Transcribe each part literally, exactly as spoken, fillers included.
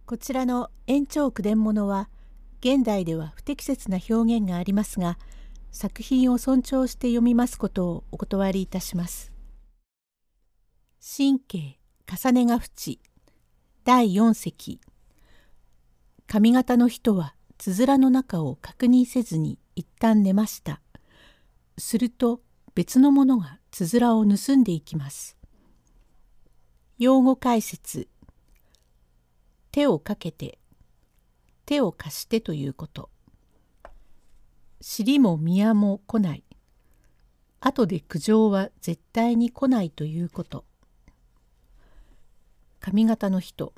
こちらの延長句伝物は現代では不適切な表現がありますが、作品を尊重して読みますことをお断りいたします。神経重ねが淵だいよん席。上方の人はつづらの中を確認せずに一旦寝ました。すると別の者がつづらを盗んでいきます。用語解説。手をかけて、手を貸してということ。尻も宮も来ない。後で苦情は絶対に来ないということ。上方の人。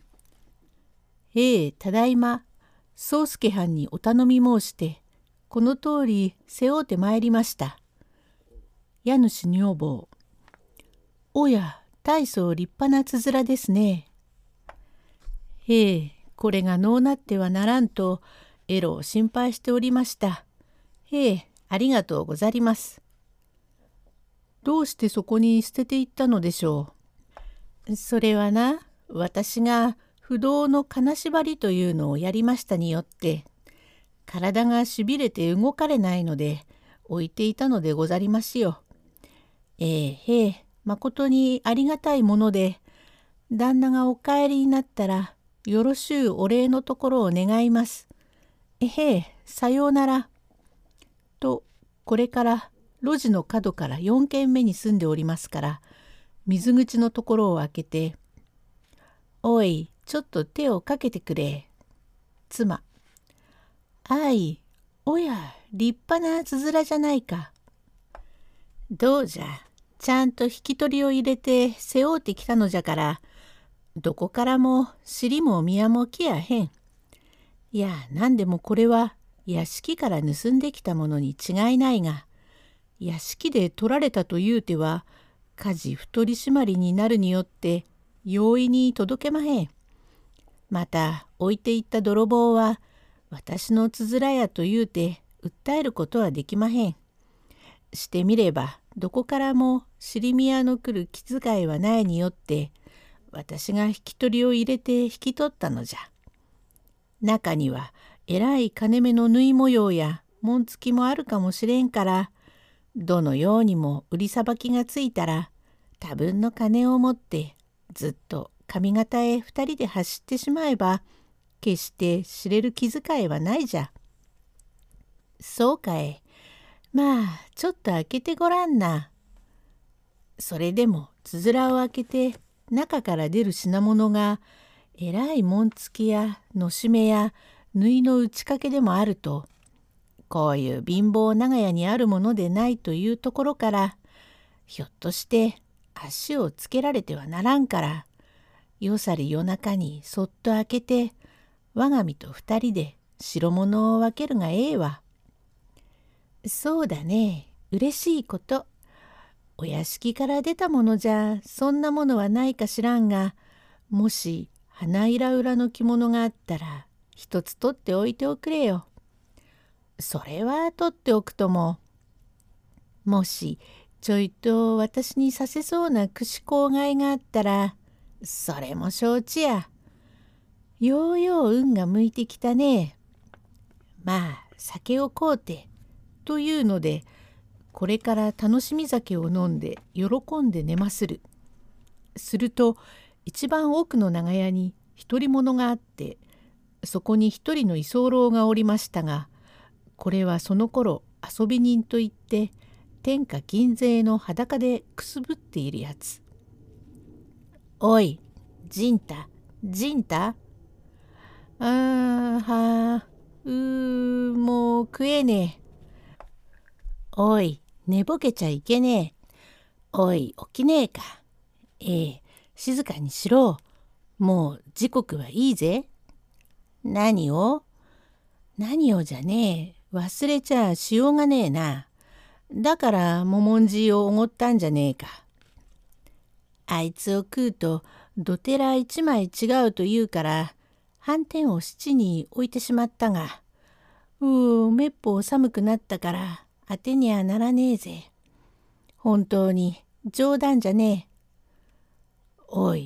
ええ、ただいま、宗助藩にお頼み申して、この通り背負うてまいりました。家主女房。おや、大層立派なつづらですね。ええ、これがのうなってはならんと、えろを心配しておりました。ええ、ありがとうござります。どうしてそこに捨てていったのでしょう。それはな、私が不動の金縛りというのをやりましたによって、体がしびれて動かれないので、置いていたのでござりますよ。ええ、へえ、まことにありがたいもので、旦那がお帰りになったら、よろしゅうお礼のところを願います。えへえ、さようなら。と、これから路地の角からよん軒目に住んでおりますから、水口のところを開けて、おい、ちょっと手をかけてくれ。妻。あい、おや、立派なつづらじゃないか。どうじゃ、ちゃんと引き取りを入れて背負うてきたのじゃから、どこからも尻も宮も来やへん。いや、なんでもこれは屋敷から盗んできたものに違いないが、屋敷で取られたというては、家事不取り締まりになるによって容易に届けまへん。また置いていった泥棒は、私のつづらやというて訴えることはできまへん。してみれば、どこからも尻宮の来る気遣いはないによって、私が引き取りを入れて引き取ったのじゃ。中にはえらい金目の縫い模様や紋付きもあるかもしれんから、どのようにも売りさばきがついたら、多分の金を持ってずっと上方へ二人で走ってしまえば、決して知れる気遣いはないじゃ。そうかい。まあちょっと開けてごらんな。それでもつづらを開けて中から出る品物がえらい紋付きやのしめや縫いの打ち掛けでもあると、こういう貧乏長屋にあるものでないというところから、ひょっとして足をつけられてはならんから、夜さり夜中にそっと開けて我が身と二人で白物を分けるがええわ。そうだね、嬉しいこと。お屋敷から出たものじゃそんなものはないかしらんが、もし花いら裏の着物があったら一つ取っておいておくれよ。それは取っておくとも。もしちょいと私にさせそうな櫛口替えがあったら、それも承知や。ようよう運が向いてきたね。まあ酒を買うてというので、これから楽しみ酒を飲んで喜んで寝まする。すると一番奥の長屋に独り者があって、そこに一人の居候がおりましたが、これはその頃遊び人といって天下金勢の裸でくすぶっているやつ。おい、陣太、陣太。あーはー、うー、もう食えねえ。おい、寝ぼけちゃいけねえ。おい、起きねえか。ええ、静かにしろ。もう時刻はいいぜ。何を何をじゃねえ。忘れちゃしようがねえな。だからももんじをおごったんじゃねえか。あいつを食うとどてら一枚違うと言うから、斑点を七に置いてしまったが、うーめっぽう寒くなったから当てにはならねえぜ。本当に冗談じゃねえ。おい、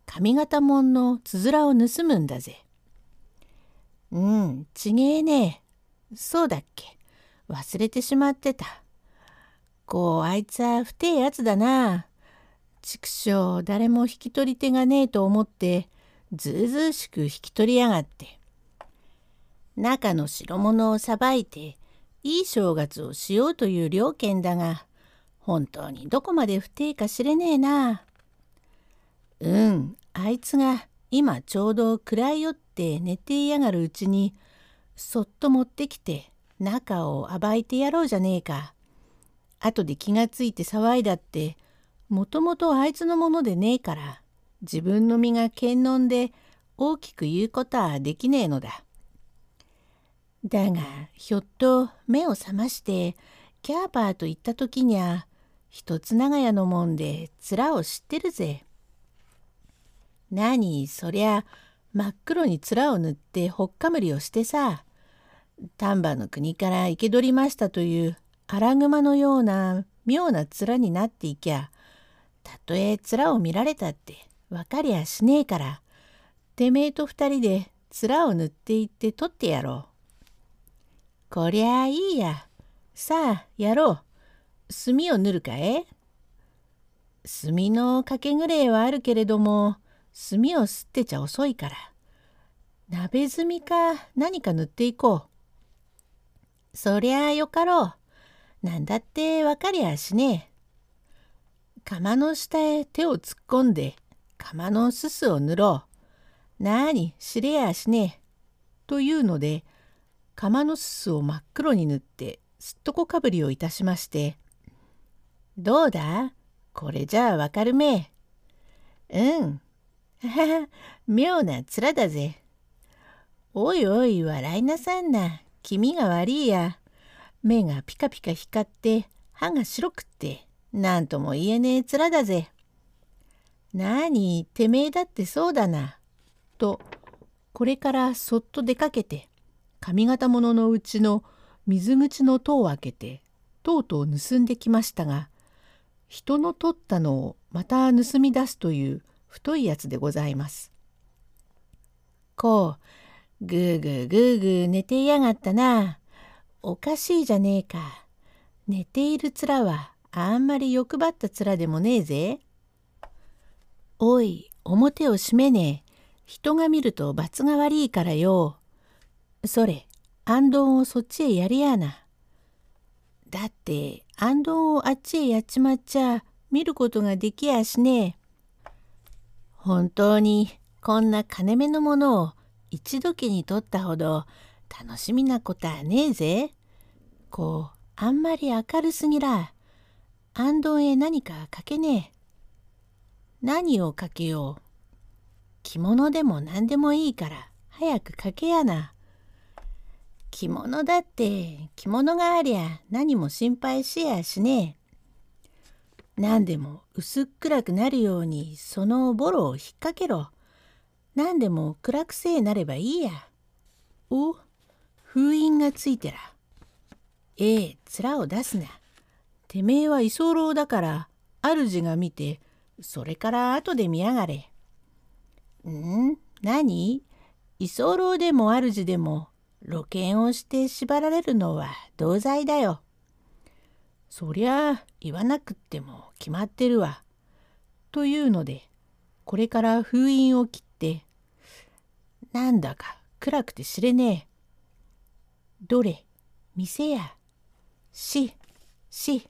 上方もんのつづらを盗むんだぜ。うん、ちげえねえ。そうだっけ。忘れてしまってた。こう、あいつは不定やつだな。畜生、誰も引き取り手がねえと思って、ずうずうしく引き取りやがって。中の代物をさばいて、いい正月をしようという了見だが、本当にどこまで不定か知れねえな。うん、あいつが今ちょうど暗いよって寝ていやがるうちに、そっと持ってきて中を暴いてやろうじゃねえか。後で気がついて騒いだって、もともとあいつのものでねえから、自分の身が堅能で大きく言うことはできねえのだ。だがひょっと目を覚ましてキャーパーと言った時にゃ、一つ長屋のもんで面を知ってるぜ。なにそりゃ真っ黒に面を塗ってほっかむりをしてさ、丹波の国から生け取りましたという荒熊のような妙な面になっていきゃ、たとえ面を見られたって分かりゃしねえから、てめえと二人で面を塗っていって取ってやろう。こりゃあいいや。さあやろう。墨を塗るかえ？墨のかけぐれいはあるけれども、墨をすってちゃ遅いから。鍋墨か何か塗っていこう。そりゃあよかろう。なんだってわかりゃしねえ。釜の下へ手を突っ込んで、釜のすすを塗ろう。なに知れやしねえ。というので、釜のすすを真っ黒に塗ってすっとこかぶりをいたしまして、どうだ？これじゃあわかるめえ。うん。はは、妙な面だぜ。おいおい、笑いなさんな。気味が悪いや。目がピカピカ光って歯が白くって、なんとも言えねえ面だぜ。なあに、てめえだってそうだな。と、これからそっと出かけて、上方物のうちの水口の戸を開けて、とうとう盗んできましたが、人の取ったのをまた盗み出すという太いやつでございます。こう、ぐーぐーぐーぐー寝ていやがったな。おかしいじゃねえか。寝ている面はあんまり欲張った面でもねえぜ。おい、表を閉めねえ。人が見ると罰が悪いからよ。それ、あんどんをそっちへやりやな。だって、あんどんをあっちへやっちまっちゃ、見ることができやしねえ。本当に、こんな金目のものを一時に取ったほど、楽しみなことはねえぜ。こう、あんまり明るすぎら。あんどんへ何かかけねえ。何をかけよう。着物でも何でもいいから、早くかけやな。着物だって着物がありゃ何も心配しやしねえ。何でも薄っ暗くなるようにそのボロを引っ掛けろ。何でも暗くせえなればいいや。お、封印がついてら。ええ、面を出すな。てめえは居候だから主が見て、それから後で見やがれ。ん？何？居候でも主でも露見をして縛られるのは同罪だよ。そりゃあ言わなくっても決まってるわ。というので、これから封印を切って、なんだか暗くて知れねえ。どれ、店や。し、し。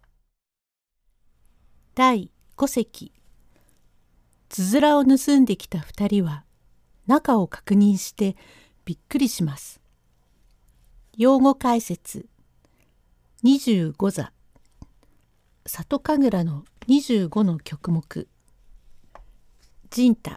だいご席。つづらを盗んできた二人は、中を確認してびっくりします。用語解説。にじゅうご座。里神楽のにじゅうごの曲目。陣太。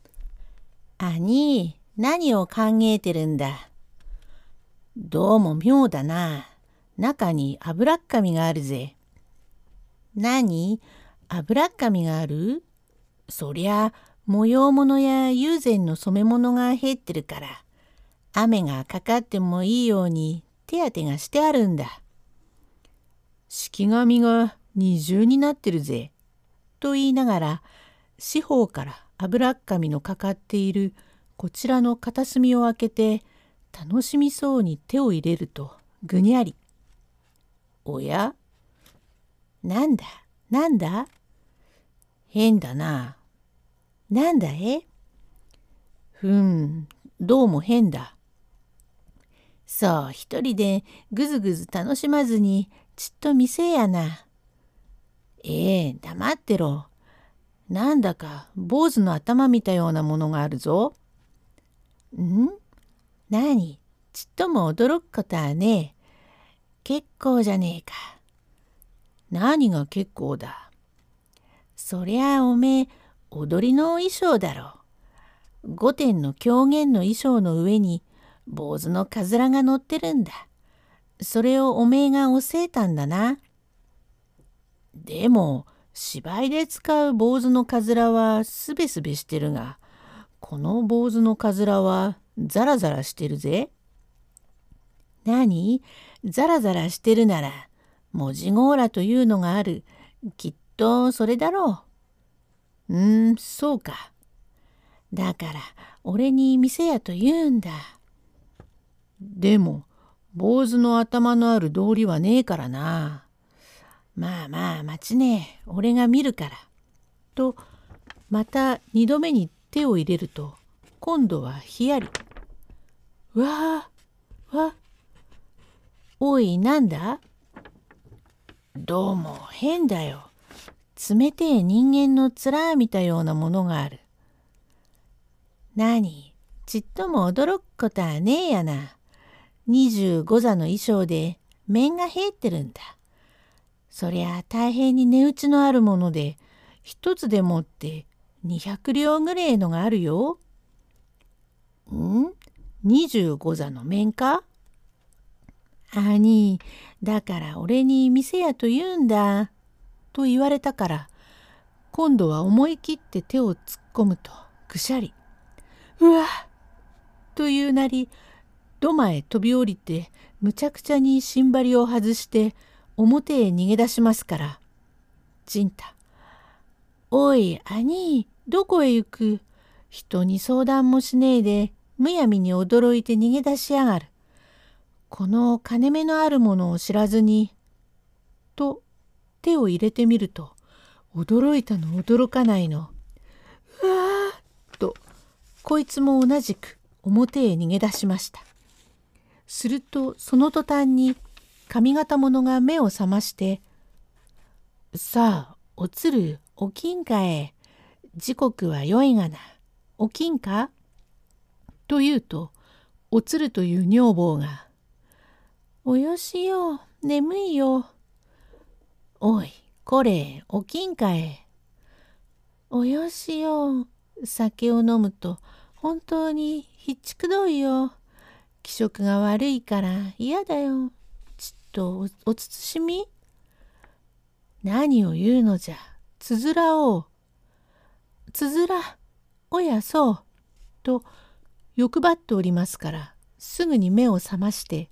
兄、何を考えてるんだ。どうも妙だな。中に油っ紙があるぜ。何？油っ紙がある？そりゃ模様物や友禅の染め物が入ってるから、雨がかかってもいいように手当てがしてあるんだ。式紙が二重になってるぜ。と言いながら四方から油っ紙のかかっているこちらの片隅を開けて楽しみそうに手を入れるとぐにゃり。おや？なんだなんだ？変だな。なんだえ？ふん、どうも変だ。そう、一人でぐずぐず楽しまずにちっと店やな。ええ、黙ってろ。なんだか坊主の頭見たようなものがあるぞ。ん？なに、ちっとも驚くことはねえ。結構じゃねえか。何が結構だ。そりゃあおめえ踊りの衣装だろ。御殿の狂言の衣装の上に坊主のかずらが乗ってるんだ。それをおめえが教えたんだな。でも芝居で使う坊主のかずらはすべすべしてるが、この坊主のかずらはザラザラしてるぜ。なに？ザラザラしてるなら文字甲羅というのがある。きっとそれだろう。うーん、そうか。だから俺に店やと言うんだ。でも坊主の頭のある道理はねえからな。まあまあ待ちねえ、俺が見るから。とまた二度目に手を入れると今度はひやり。わあわおい、なんだ？どうも変だよ。冷てえ人間の面見たようなものがある。なに、ちっとも驚くことはねえやな。二十五座の衣装で面が入ってるんだ。そりゃ大変に値打ちのあるもので、一つでもって二百両ぐれえのがあるよ。ん？二十五座の面か？あに、だから俺に店やと言うんだ。と言われたから、今度は思い切って手を突っ込むとぐしゃり。うわっというなり、土間へ飛び降りてむちゃくちゃにしんばりを外して表へ逃げ出しますから。じんた。おい兄、どこへ行く？人に相談もしねえでむやみに驚いて逃げ出しやがる。この金目のあるものを知らずに。と手を入れてみると驚いたの驚かないの。うわーとこいつも同じく表へ逃げ出しました。するとその途端に上方者が目を覚まして「さあおつる起きんかえ。時刻はよいがな。起きんか？」と言うとおつるという女房が「およしよ、眠いよ。おいこれ起きんかえ。およしよ、酒を飲むと本当にひっちくどいよ。気色が悪いから嫌だよ。ちっと お, おつつしみ。何を言うのじゃ。つづらおう。つづら、おやそう。と欲張っておりますからすぐに目を覚まして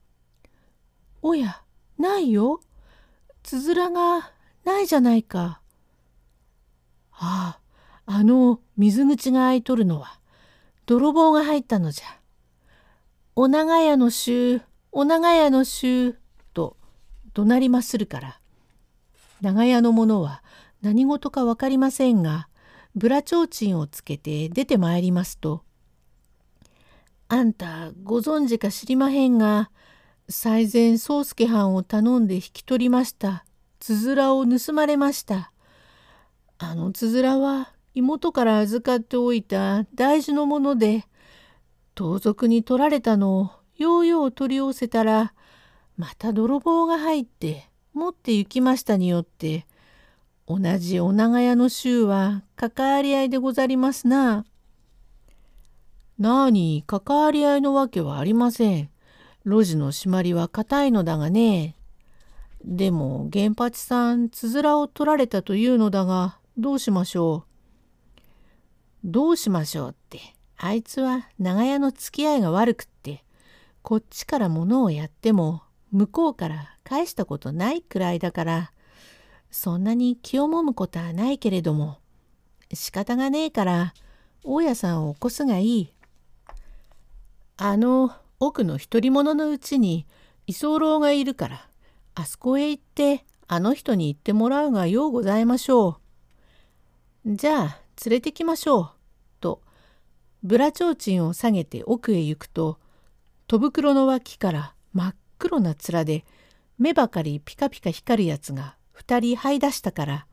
「おやないよ。つづらがないじゃないか。ああ、あの水口が開いとるのは泥棒が入ったのじゃ。お長屋の衆、お長屋の衆と怒鳴りまするから。長屋の者は何事か分かりませんがぶらちょうちんをつけて出てまいりますと「あんたご存知か知りまへんが最前宗助藩を頼んで引き取りましたつづらを盗まれました。あのつづらは妹から預かっておいた大事のもので盗賊に取られたのをようよう取り寄せたらまた泥棒が入って持って行きましたによって同じお長屋の衆は関わり合いでござりますな。なに関わり合いのわけはありません。路地の締まりは固いのだがね。でも源八さんつづらを取られたというのだがどうしましょう。どうしましょうってあいつは長屋の付き合いが悪くってこっちから物をやっても向こうから返したことないくらいだからそんなに気をもむことはないけれども仕方がねえから大家さんを起こすがいい。あの奥の独り者のうちに居候がいるからあそこへ行ってあの人に言ってもらうがようございましょう。じゃあ連れてきましょう。とブラ提灯を下げて奥へ行くと戸袋の脇から真っ黒な面で目ばかりピカピカ光るやつが二人這い出したから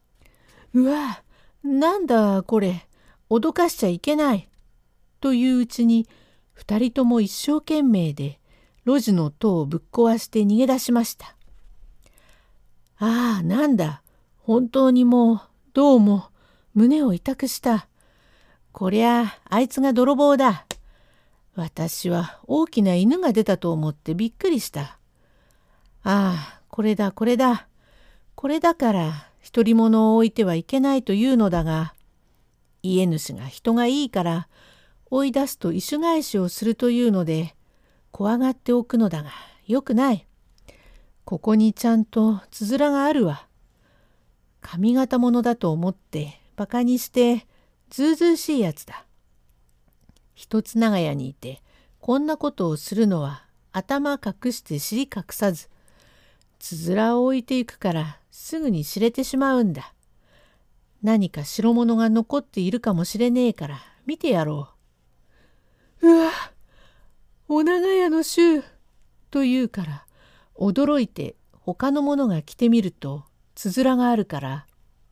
「うわなんだこれ脅かしちゃいけない」といううちに二人とも一生懸命で路地の戸をぶっ壊して逃げ出しました。ああなんだ本当にもうどうも胸を痛くした。こりゃあいつが泥棒だ。私は大きな犬が出たと思ってびっくりした。ああこれだこれだ。これだから独り者を置いてはいけないというのだが、家主が人がいいから追い出すと意趣返しをするというので怖がっておくのだがよくない。ここにちゃんとつづらがあるわ。上方者だと思ってバカにしてずうずうしいやつだ。一つ長屋にいてこんなことをするのは頭隠して尻隠さず、つづらを置いていくからすぐに知れてしまうんだ。何か白物が残っているかもしれねえから見てやろう。うわお長屋の衆と言うから驚いて他の者が来てみるとつづらがあるから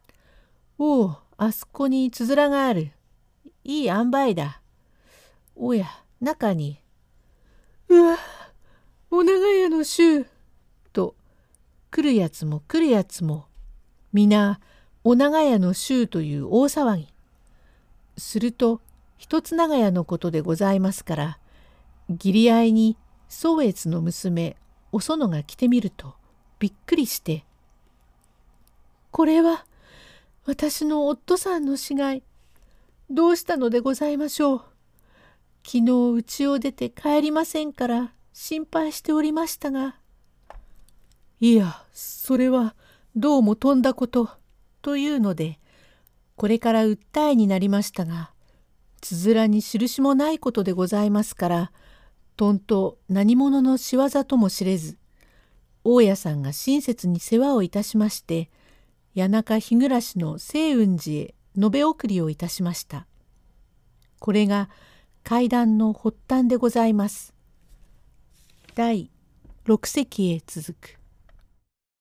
「おうあそこにつづらがある。いい塩梅だ。おや中にうわお長屋の衆と来るやつも来るやつも皆お長屋の衆という大騒ぎ。すると一つ長屋のことでございますから義理合いに宗越の娘お園が来てみるとびっくりして「これは私の夫さんの死骸。どうしたのでございましょう。昨日家を出て帰りませんから心配しておりましたが。いやそれはどうもとんだことというのでこれから訴えになりましたがつづらに印もないことでございますからとんと何者の仕業とも知れず大家さんが親切に世話をいたしまして谷中日暮の清雲寺へ延べ送りをいたしました。これが怪談の発端でございます。だいろく席へ続く。